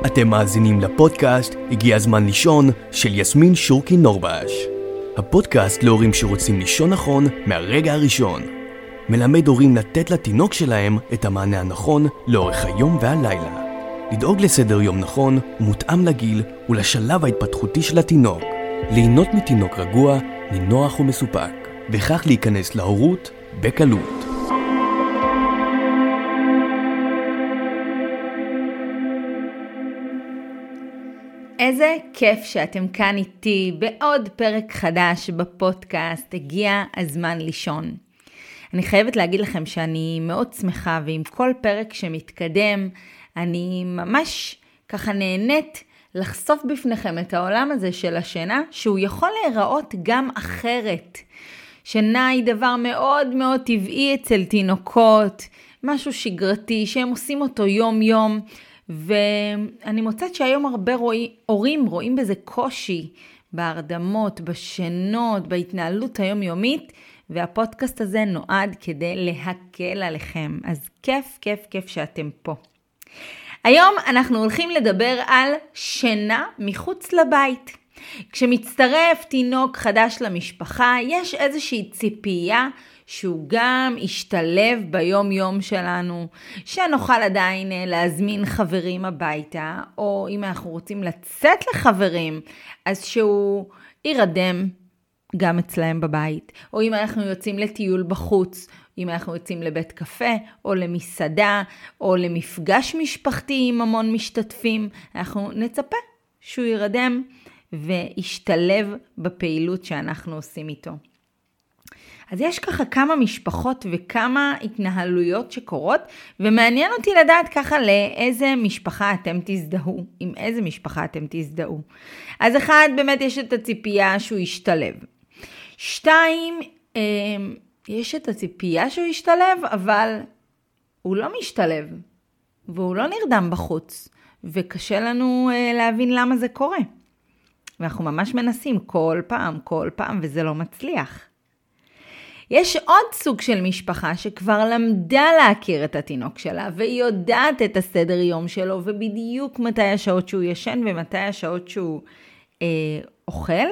אתם מאזינים לפודקאסט הגיע הזמן לישון של יסמין שורקי נורבש. הפודקאסט להורים שרוצים לישון נכון מהרגע הראשון. מלמד הורים לתת לתינוק שלהם את המענה הנכון לאורך היום והלילה. לדאוג לסדר יום נכון ומותאם לגיל ולשלב ההתפתחותי של התינוק. ליהנות מתינוק רגוע, נינוח ומסופק. וכך להיכנס להורות בקלות. איזה כיף שאתם כאן איתי בעוד פרק חדש בפודקאסט, הגיע הזמן לישון. אני חייבת להגיד לכם שאני מאוד שמחה, ועם כל פרק שמתקדם, אני ממש ככה נהנית לחשוף בפניכם את העולם הזה של השינה, שהוא יכול להיראות גם אחרת. שינה היא דבר מאוד מאוד טבעי אצל תינוקות, משהו שגרתי שהם עושים אותו יום יום, ואני מוצאת שהיום הרבה הורים רואים בזה קושי, בהרדמות, בשינות, בהתנהלות היומיומית, והפודקאסט הזה נועד כדי להקל עליכם. אז כיף שאתם פה. היום אנחנו הולכים לדבר על שינה מחוץ לבית. כשמצטרף תינוק חדש למשפחה, יש איזושהי ציפייה שהוא גם ישתלב ביום יום שלנו, שנוכל עדיין להזמין חברים הביתה, או אם אנחנו רוצים לצאת לחברים, אז שהוא יירדם גם אצלהם בבית, או אם אנחנו יוצאים לטיול בחוץ, אם אנחנו יוצאים לבית קפה, או למסעדה, או למפגש משפחתי עם המון משתתפים, אנחנו נצפה שהוא יירדם וישתלב בפעילות שאנחנו עושים איתו. אז יש ככה כמה משפחות וכמה התנהלויות שקורות, ומעניין אותי לדעת ככה לאיזה משפחה אתם תזדהו, עם איזה משפחה אתם תזדהו. אז אחד, באמת יש את הציפייה שהוא ישתלב. 2, יש את הציפייה שהוא ישתלב, אבל הוא לא משתלב, והוא לא נרדם בחוץ, וקשה לנו להבין למה זה קורה. ואנחנו ממש מנסים כל פעם, וזה לא מצליח. יש עוד סוג של משפחה שכבר למדה להכיר את התינוק שלה, והיא יודעת את הסדר יום שלו, ובדיוק מתי השעות שהוא ישן, ומתי השעות שהוא אוכל,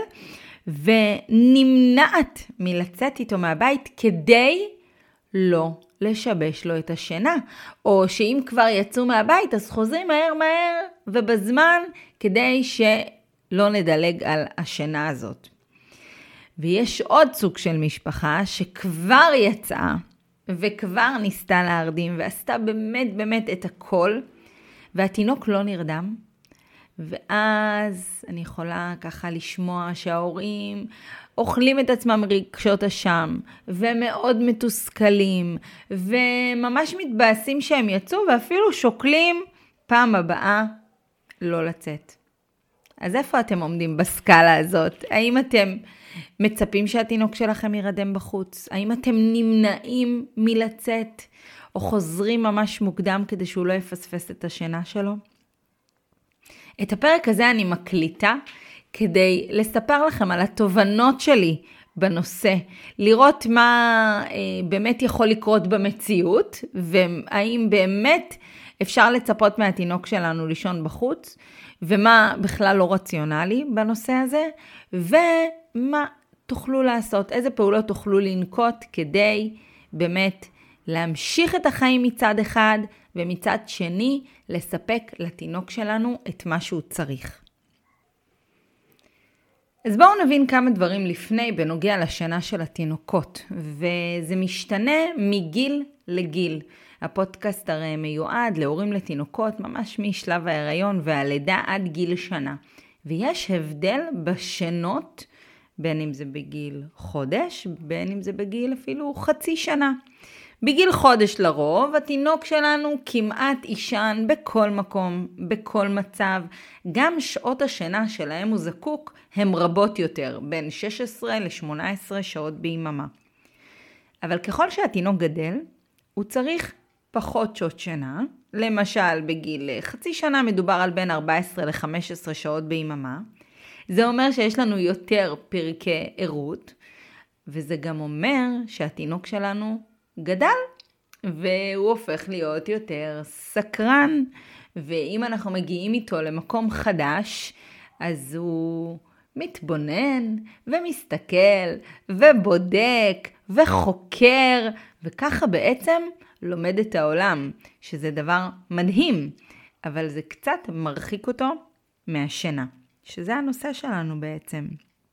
ונמנעת מלצאת איתו מהבית כדי לא לשבש לו את השינה. או שאם כבר יצאו מהבית, אז חוזרים מהר ובזמן, כדי שלא נדלג על השינה הזאת. ויש עוד סוג של משפחה שכבר יצאה וכבר ניסתה להרדים ועשתה באמת את הכל, והתינוק לא נרדם. ואז אני יכולה ככה לשמוע שההורים אוכלים את עצמם רגשות אשם, ומאוד מתוסכלים, וממש מתבאסים שהם יצאו, ואפילו שוקלים פעם הבאה לא לצאת. אז איפה אתם עומדים בסקאלה הזאת? האם אתם מצפים שהתינוק שלכם יירדם בחוץ? האם אתם נמנעים מלצאת, או חוזרים ממש מוקדם כדי שהוא לא יפספס את השינה שלו? את הפרק הזה אני מקליטה כדי לספר לכם על התובנות שלי בנושא, לראות מה באמת יכול לקרות במציאות, והאם באמת אפשר לצפות מהתינוק שלנו לישון בחוץ, ומה בכלל לא רציונלי בנושא הזה, ומה תוכלו לעשות, איזה פעולות תוכלו לנקוט כדי באמת להמשיך את החיים מצד אחד, ומצד שני לספק לתינוק שלנו את מה שהוא צריך. אז בואו נבין כמה דברים לפני בנוגע לשינה של התינוקות, וזה משתנה מגיל לגיל. הפודקאסט הרי מיועד להורים לתינוקות ממש משלב ההיריון והלידה עד גיל שנה. ויש הבדל בשינות, בין אם זה בגיל חודש, בין אם זה בגיל אפילו חצי שנה. בגיל חודש לרוב, התינוק שלנו כמעט ישן בכל מקום, בכל מצב. גם שעות השינה שלהם הוא זקוק הם רבות יותר, בין 16 ל-18 שעות ביממה. אבל ככל שהתינוק גדל, הוא צריך פחות שעות שינה. למשל, בגיל חצי שנה מדובר על בין 14 ל-15 שעות ביממה. זה אומר שיש לנו יותר פרקי ערות, וזה גם אומר שהתינוק שלנו גדל, והוא הופך להיות יותר סקרן, ואם אנחנו מגיעים איתו למקום חדש, אז הוא מתבונן ומסתכל ובודק וחוקר, וככה בעצם לומד את העולם, שזה דבר מדהים, אבל זה קצת מרחיק אותו מהשינה, שזה הנושא שלנו בעצם.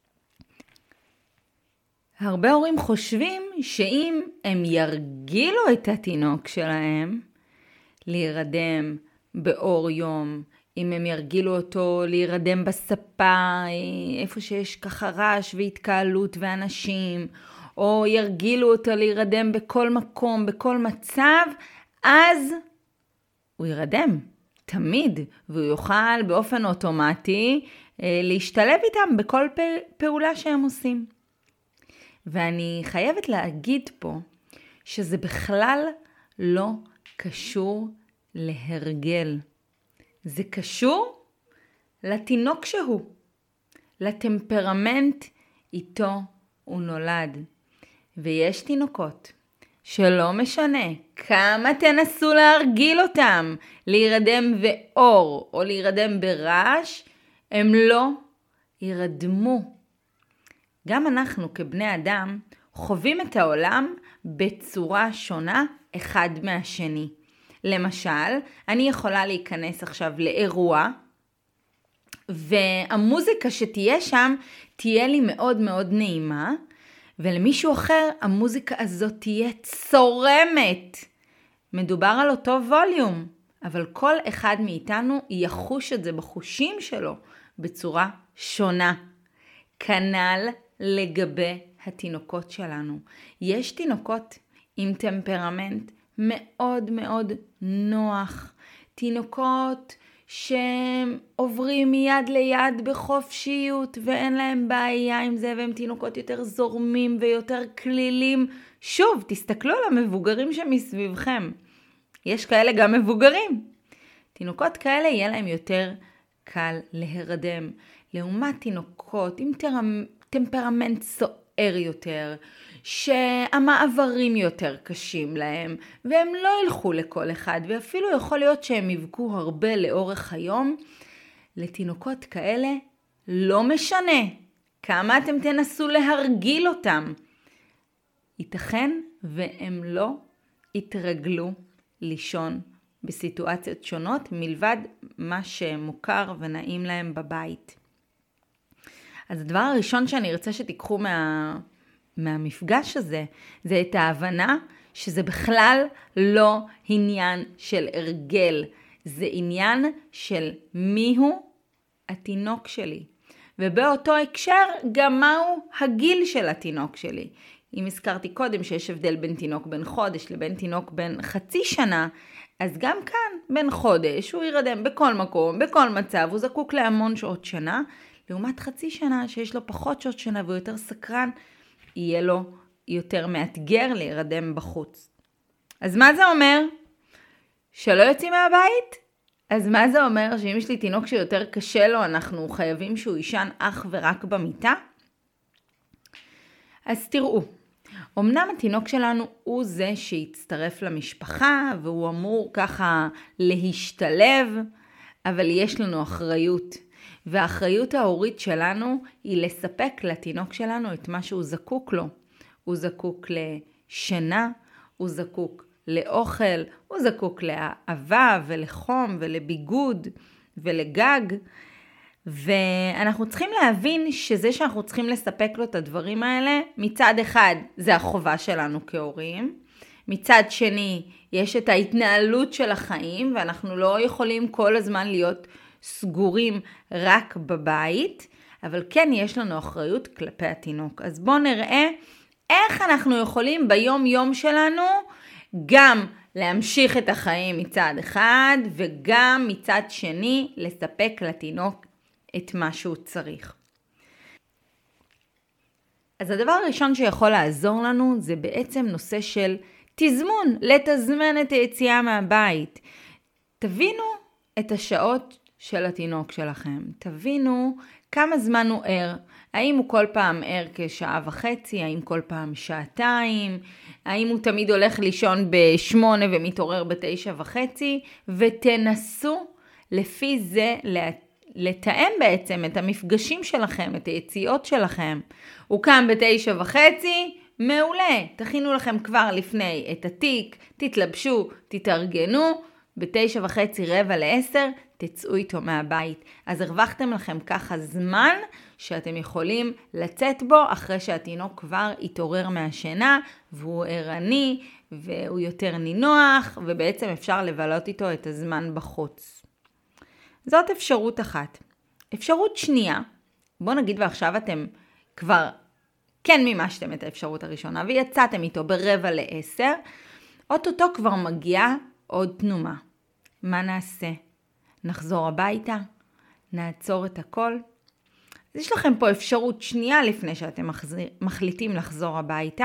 הרבה הורים חושבים שאם הם ירגילו את התינוק שלהם להירדם באור יום, אם הם ירגילו אותו להירדם בספה, איפה שיש ככה רעש והתקהלות ואנשים, או ירגילו אותו להירדם בכל מקום, בכל מצב, אז הוא יירדם, תמיד, והוא יוכל באופן אוטומטי להשתלב איתם בכל פעולה שהם עושים. ואני חייבת להגיד פה שזה בכלל לא קשור להרגל. זה קשור לתינוק שהוא, לטמפרמנט איתו הוא נולד. ויש תינוקות שלא משנה כמה תנסו להרגיל אותם להירדם באור או להירדם ברעש, הם לא ירדמו. גם אנחנו כבני אדם חווים את העולם בצורה שונה אחד מהשני. למשל, אני יכולה להיכנס עכשיו לאירוע, והמוזיקה שתהיה שם תהיה לי מאוד מאוד נעימה, ולמישהו אחר המוזיקה הזאת תהיה צורמת. מדובר על אותו ווליום, אבל כל אחד מאיתנו יחוש את זה בחושים שלו בצורה שונה. כנ"ל לגבי התינוקות שלנו. יש תינוקות עם טמפרמנט מאוד מאוד נוח. תינוקות שעוברים מיד ליד בחופשיות ואין להם בעיה עם זה, והם תינוקות יותר זורמים ויותר כלילים. שוב, תסתכלו על המבוגרים שמסביבכם. יש כאלה גם מבוגרים. תינוקות כאלה יהיה להם יותר קל להירדם. לעומת תינוקות עם טמפרמנט סוער יותר, שהמעברים יותר קשים להם, והם לא ילכו לכל אחד, ואפילו יכול להיות שהם יבכו הרבה לאורך היום. לתינוקות כאלה לא משנה כמה אתם תנסו להרגיל אותם. ייתכן והם לא יתרגלו לישון בסיטואציות שונות, מלבד מה שמוכר ונעים להם בבית. אז הדבר הראשון שאני רוצה שתיקחו מהמפגש הזה, זה את ההבנה שזה בכלל לא עניין של הרגל. זה עניין של מיהו התינוק שלי. ובאותו הקשר גם מהו הגיל של התינוק שלי. אם הזכרתי קודם שיש הבדל בין תינוק בן חודש לבין תינוק בן חצי שנה, אז גם כאן בן חודש הוא ירדם בכל מקום, בכל מצב, הוא זקוק להמון שעות שינה, לעומת חצי שנה שיש לו פחות שעות שינה והוא יותר סקרן, יהיה לו יותר מאתגר להירדם בחוץ. אז מה זה אומר? שלא יוצאים מהבית? אז מה זה אומר? שאם יש לי תינוק שיותר קשה לו, אנחנו חייבים שהוא יישן אך ורק במיטה? אז תראו, אמנם התינוק שלנו הוא זה שיצטרף למשפחה, והוא אמור ככה להשתלב, אבל יש לנו אחריות. והאחריות ההורית שלנו היא לספק לתינוק שלנו את מה שהוא זקוק לו. הוא זקוק לשינה, הוא זקוק לאוכל, הוא זקוק לאהבה ולחום ולביגוד ולגג. ואנחנו צריכים להבין שזה שאנחנו צריכים לספק לו את הדברים האלה, מצד אחד זה החובה שלנו כהורים, מצד שני יש את ההתנהלות של החיים, ואנחנו לא יכולים כל הזמן להיות סגורים רק בבית, אבל כן יש לנו אחריות כלפי התינוק. אז בואו נראה איך אנחנו יכולים ביום יום שלנו גם להמשיך את החיים מצד אחד, וגם מצד שני לספק לתינוק את מה שהוא צריך. אז הדבר הראשון שיכול לעזור לנו זה בעצם נושא של תזמון, לתזמן את היציאה מהבית. תבינו את השעות של התינוק שלכם. תבינו כמה זמן הוא ער. האם הוא כל פעם ער כשעה וחצי, האם כל פעם שעתיים, האם הוא תמיד הולך לישון ב8 ומתעורר ב9:30, ותנסו לפי זה לתאם בעצם את המפגשים שלכם, את היציאות שלכם. הוא קם 9:30, מעולה. תכינו לכם כבר לפני את התיק, תתלבשו, תתארגנו, 9:30, 9:45, תצאו איתו מהבית. אז הרווחתם לכם ככה זמן שאתם יכולים לצאת בו אחרי שהתינוק כבר התעורר מהשינה, והוא ערני, והוא יותר נינוח, ובעצם אפשר לבלות איתו את הזמן בחוץ. זאת אפשרות אחת. אפשרות שנייה, בוא נגיד ועכשיו אתם כבר כן מימשתם את האפשרות הראשונה, ויצאתם איתו 9:45, אוטוטו כבר מגיעה עוד תנומה. מה נעשה? נחזור הביתה? נעצור את הכל? אז יש לכם פה אפשרות שנייה לפני שאתם מחליטים לחזור הביתה,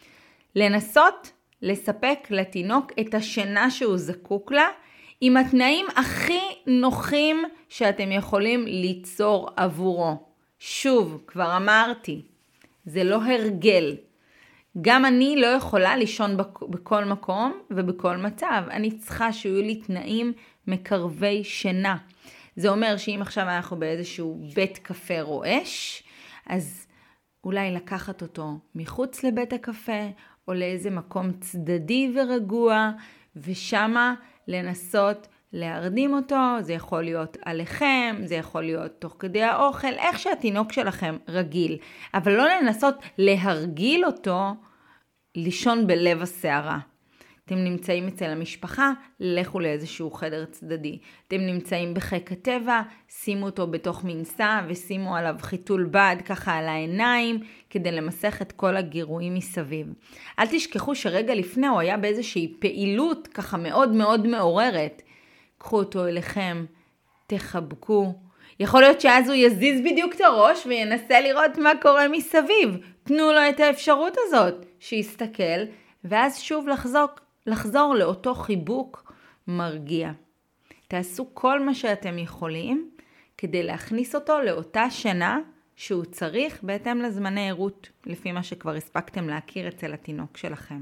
לנסות לספק לתינוק את השינה שהוא זקוק לה, עם התנאים הכי נוחים שאתם יכולים ליצור עבורו. שוב, כבר אמרתי, זה לא הרגל. גם אני לא יכולה לישון בכל מקום ובכל מצב. אני צריכה שיהיו לי תנאים מקרבי שינה. זה אומר שאם עכשיו אנחנו באיזשהו בית קפה רועש, אז אולי לקחת אותו מחוץ לבית הקפה, או לאיזה מקום צדדי ורגוע, ושמה לנסות להרדים אותו. זה יכול להיות עליכם, זה יכול להיות תוך כדי האוכל, איך שהתינוק שלכם רגיל. אבל לא לנסות להרגיל אותו לישון בלב הסערה. אתם נמצאים אצל המשפחה, לכו לאיזשהו חדר צדדי. אתם נמצאים בחיק הטבע, שימו אותו בתוך מנסה ושימו עליו חיתול בד ככה על העיניים, כדי למסך את כל הגירויים מסביב. אל תשכחו שרגע לפני הוא היה באיזושהי פעילות ככה מאוד מאוד מעוררת. קחו אותו אליכם, תחבקו. יכול להיות שאז הוא יזיז בדיוק את הראש וינסה לראות מה קורה מסביב. תנו לו את האפשרות הזאת, שיסתכל, ואז שוב לחזור לאותו חיבוק מרגיע. תעשו כל מה שאתם יכולים כדי להכניס אותו לאותה שינה שהוא צריך בהתאם לזמני עירות, לפי מה שכבר הספקתם להכיר אצל התינוק שלכם.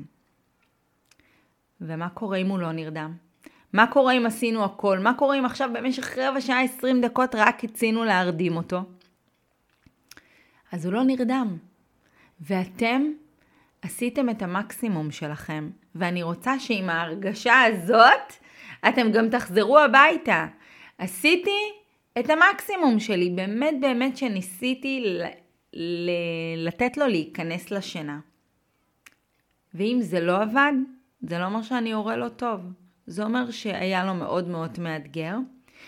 ומה קורה אם הוא לא נרדם? מה קורה אם עשינו הכל? מה קורה אם עכשיו במשך רבע שעה 20 דקות רק הצינו להרדים אותו? אז הוא לא נרדם. ואתם עשיתם את המקסימום שלכם. ואני רוצה שעם ההרגשה הזאת אתם גם תחזרו הביתה. עשיתי את המקסימום שלי. באמת באמת שניסיתי לתת לו להיכנס לשינה. ואם זה לא עבד, זה לא אומר שאני הורה לו טוב. זה אומר שהיה לו מאוד מאוד מאתגר.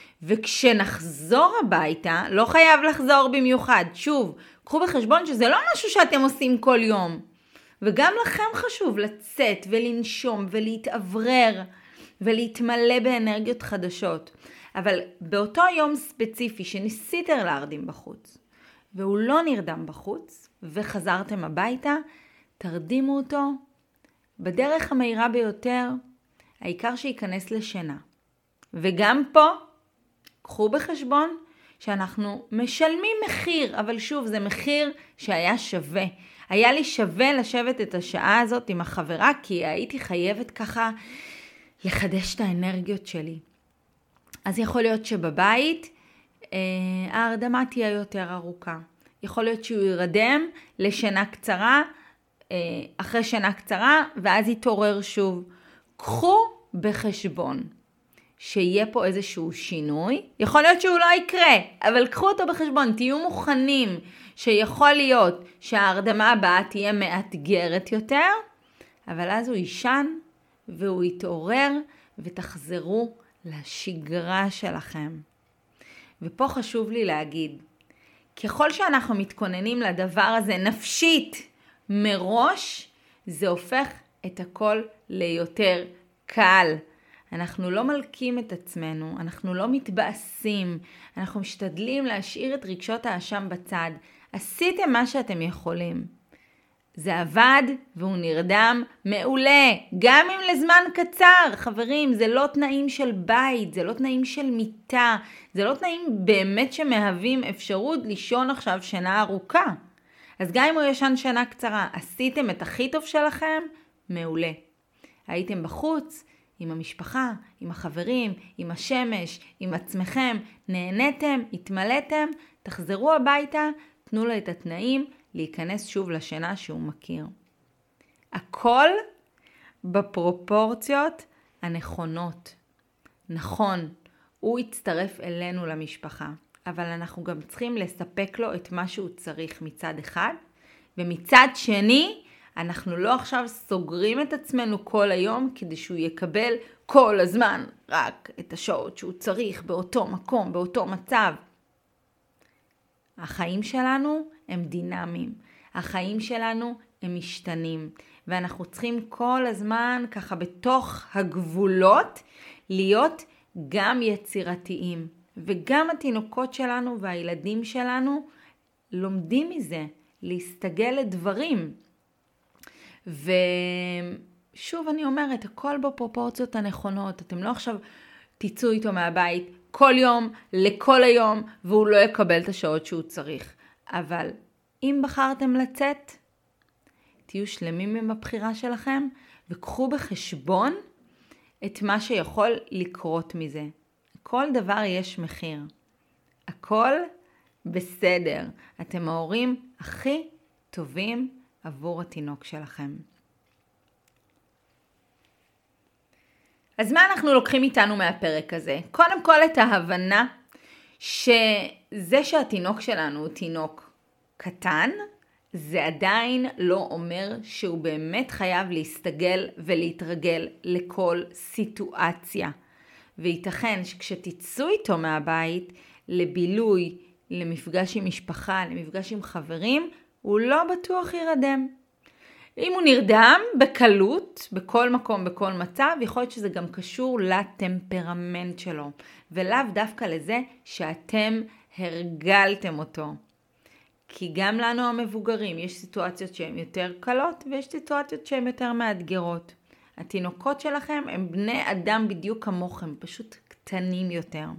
וכשנחזור הביתה, לא חייב לחזור במיוחד. שוב, קחו בחשבון שזה לא משהו שאתם עושים כל יום. וגם לכם חשוב לצאת ולנשום ולהתעברר ולהתמלא באנרגיות חדשות. אבל באותו יום ספציפי שניסיתם להרדים בחוץ, והוא לא נרדם בחוץ, וחזרתם הביתה, תרדימו אותו בדרך המהירה ביותר, העיקר שיכנס לשינה. וגם פה, קחו בחשבון שאנחנו משלמים מחיר, אבל שוב, זה מחיר שהיה שווה. היה לי שווה לשבת את השעה הזאת עם החברה, כי הייתי חייבת ככה לחדש את האנרגיות שלי. אז יכול להיות שבבית ההרדמה תהיה יותר ארוכה. יכול להיות שהוא ירדם לשינה קצרה, אחרי שינה קצרה, ואז יתעורר שוב. קחו בחשבון שיהיה פה איזשהו שינוי. יכול להיות שהוא לא יקרה, אבל קחו אותו בחשבון. תהיו מוכנים שיכול להיות שההרדמה הבאה תהיה מאתגרת יותר, אבל אז הוא יישן והוא יתעורר ותחזרו לשגרה שלכם. ופה חשוב לי להגיד, ככל שאנחנו מתכוננים לדבר הזה נפשית מראש, זה הופך את הכל ליותר קל. אנחנו לא מלקים את עצמנו, אנחנו לא מתבאסים, אנחנו משתדלים להשאיר את רגשות האשם בצד. עשיתם מה שאתם יכולים. זה עבד והוא נרדם מעולה, גם אם לזמן קצר. חברים, זה לא תנאים של בית, זה לא תנאים של מיטה, זה לא תנאים באמת שמהווים אפשרות לישון עכשיו שינה ארוכה. אז גם אם הוא ישן שינה קצרה, עשיתם את הכי טוב שלכם, מעולה. הייתם בחוץ, עם המשפחה, עם החברים, עם השמש, עם עצמכם, נהניתם, התמלאתם, תחזרו הביתה, תנו לו את התנאים להיכנס שוב לשינה שהוא מכיר. הכל בפרופורציות הנכונות. נכון, הוא יצטרף אלינו למשפחה, אבל אנחנו גם צריכים לספק לו את מה שהוא צריך מצד אחד, ומצד שני, אנחנו לא עכשיו סוגרים את עצמנו כל היום כדי שהוא יקבל כל הזמן רק את השעות שהוא צריך באותו מקום, באותו מצב. החיים שלנו הם דינמיים, החיים שלנו הם משתנים, ואנחנו צריכים כל הזמן ככה בתוך הגבולות להיות גם יצירתיים, וגם התינוקות שלנו והילדים שלנו לומדים מזה, להסתגל לדברים. ושוב אני אומרת, הכל בפרופורציות הנכונות, אתם לא עכשיו תצאו איתו מהבית כל יום לכל היום, והוא לא יקבל את השעות שהוא צריך. אבל אם בחרתם לצאת, תהיו שלמים עם הבחירה שלכם, וקחו בחשבון את מה שיכול לקרות מזה. כל דבר יש מחיר. הכל בסדר. אתם ההורים הכי טובים עבור התינוק שלכם. אז מה אנחנו לוקחים איתנו מהפרק הזה? קודם כל את ההבנה שזה שהתינוק שלנו הוא תינוק קטן, זה עדיין לא אומר שהוא באמת חייב להסתגל ולהתרגל לכל סיטואציה. וייתכן שכשתצאו איתו מהבית לבילוי, למפגש עם משפחה, למפגש עם חברים, הוא לא בטוח ירדם. אם הוא נרדם בקלות, בכל מקום, בכל מצב, יכול להיות שזה גם קשור לטמפרמנט שלו, ולאו דווקא לזה שאתם הרגלתם אותו. כי גם לנו המבוגרים יש סיטואציות שהן יותר קלות, ויש סיטואציות שהן יותר מאתגרות. התינוקות שלכם הם בני אדם בדיוק כמוכם, פשוט קטנים יותר.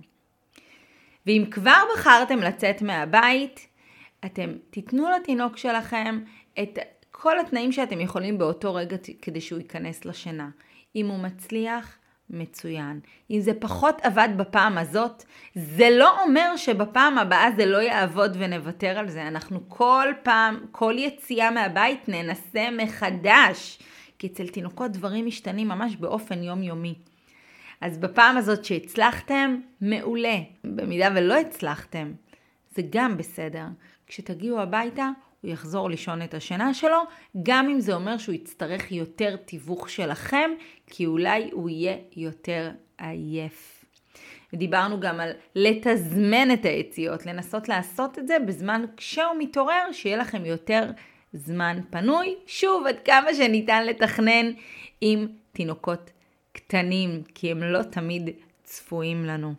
ואם כבר בחרתם לצאת מהבית, אתם תיתנו לתינוק שלכם את כל התנאים שאתם יכולים באותו רגע כדי שהוא ייכנס לשינה. אם הוא מצליח, מצוין. אם זה פחות עבד בפעם הזאת, זה לא אומר שבפעם הבאה זה לא יעבוד ונוותר על זה. אנחנו כל פעם, כל יציאה מהבית ננסה מחדש. כי אצל תינוקות דברים משתנים ממש באופן יומיומי. אז בפעם הזאת שהצלחתם, מעולה. במידה ולא הצלחתם, זה גם בסדר. כשתגיעו הביתה, הוא יחזור לישון את השינה שלו, גם אם זה אומר שהוא יצטרך יותר תיווך שלכם, כי אולי הוא יהיה יותר עייף. ודיברנו גם על לתזמן את היציאות, לנסות לעשות את זה בזמן כשהוא מתעורר, שיהיה לכם יותר זמן פנוי. שוב, עד כמה שניתן לתכנן עם תינוקות קטנים, כי הם לא תמיד צפויים לנו.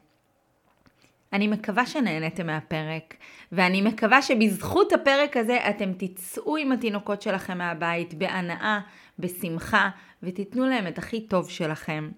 אני מקווה שנהניתם מהפרק, ואני מקווה שבזכות הפרק הזה אתם תצאו עם התינוקות שלכם מהבית בהנאה, בשמחה, ותיתנו להם את הכי טוב שלכם.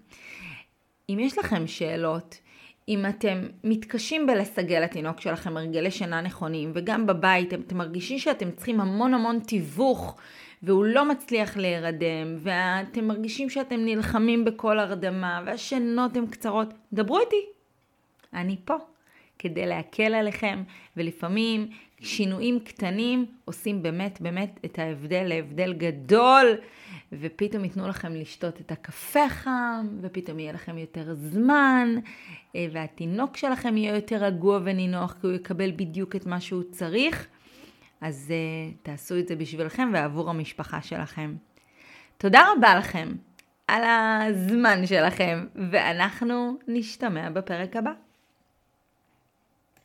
אם יש לכם שאלות, אם אתם מתקשים בלסגל לתינוק שלכם הרגלי שינה נכונים, וגם בבית אתם מרגישים שאתם צריכים המון תיווך, והוא לא מצליח להירדם, ואתם מרגישים שאתם נלחמים בכל הרדמה, והשינות הן קצרות, דברו איתי. אני פה, כדי להקל עליכם, ולפעמים שינויים קטנים עושים באמת את ההבדל, להבדל גדול, ופתאום ייתנו לכם לשתות את הקפה חם, ופתאום יהיה לכם יותר זמן, והתינוק שלכם יהיה יותר רגוע ונינוח, כי הוא יקבל בדיוק את מה שהוא צריך. אז תעשו את זה בשבילכם ועבור המשפחה שלכם. תודה רבה לכם על הזמן שלכם, ואנחנו נשתמע בפרק הבא.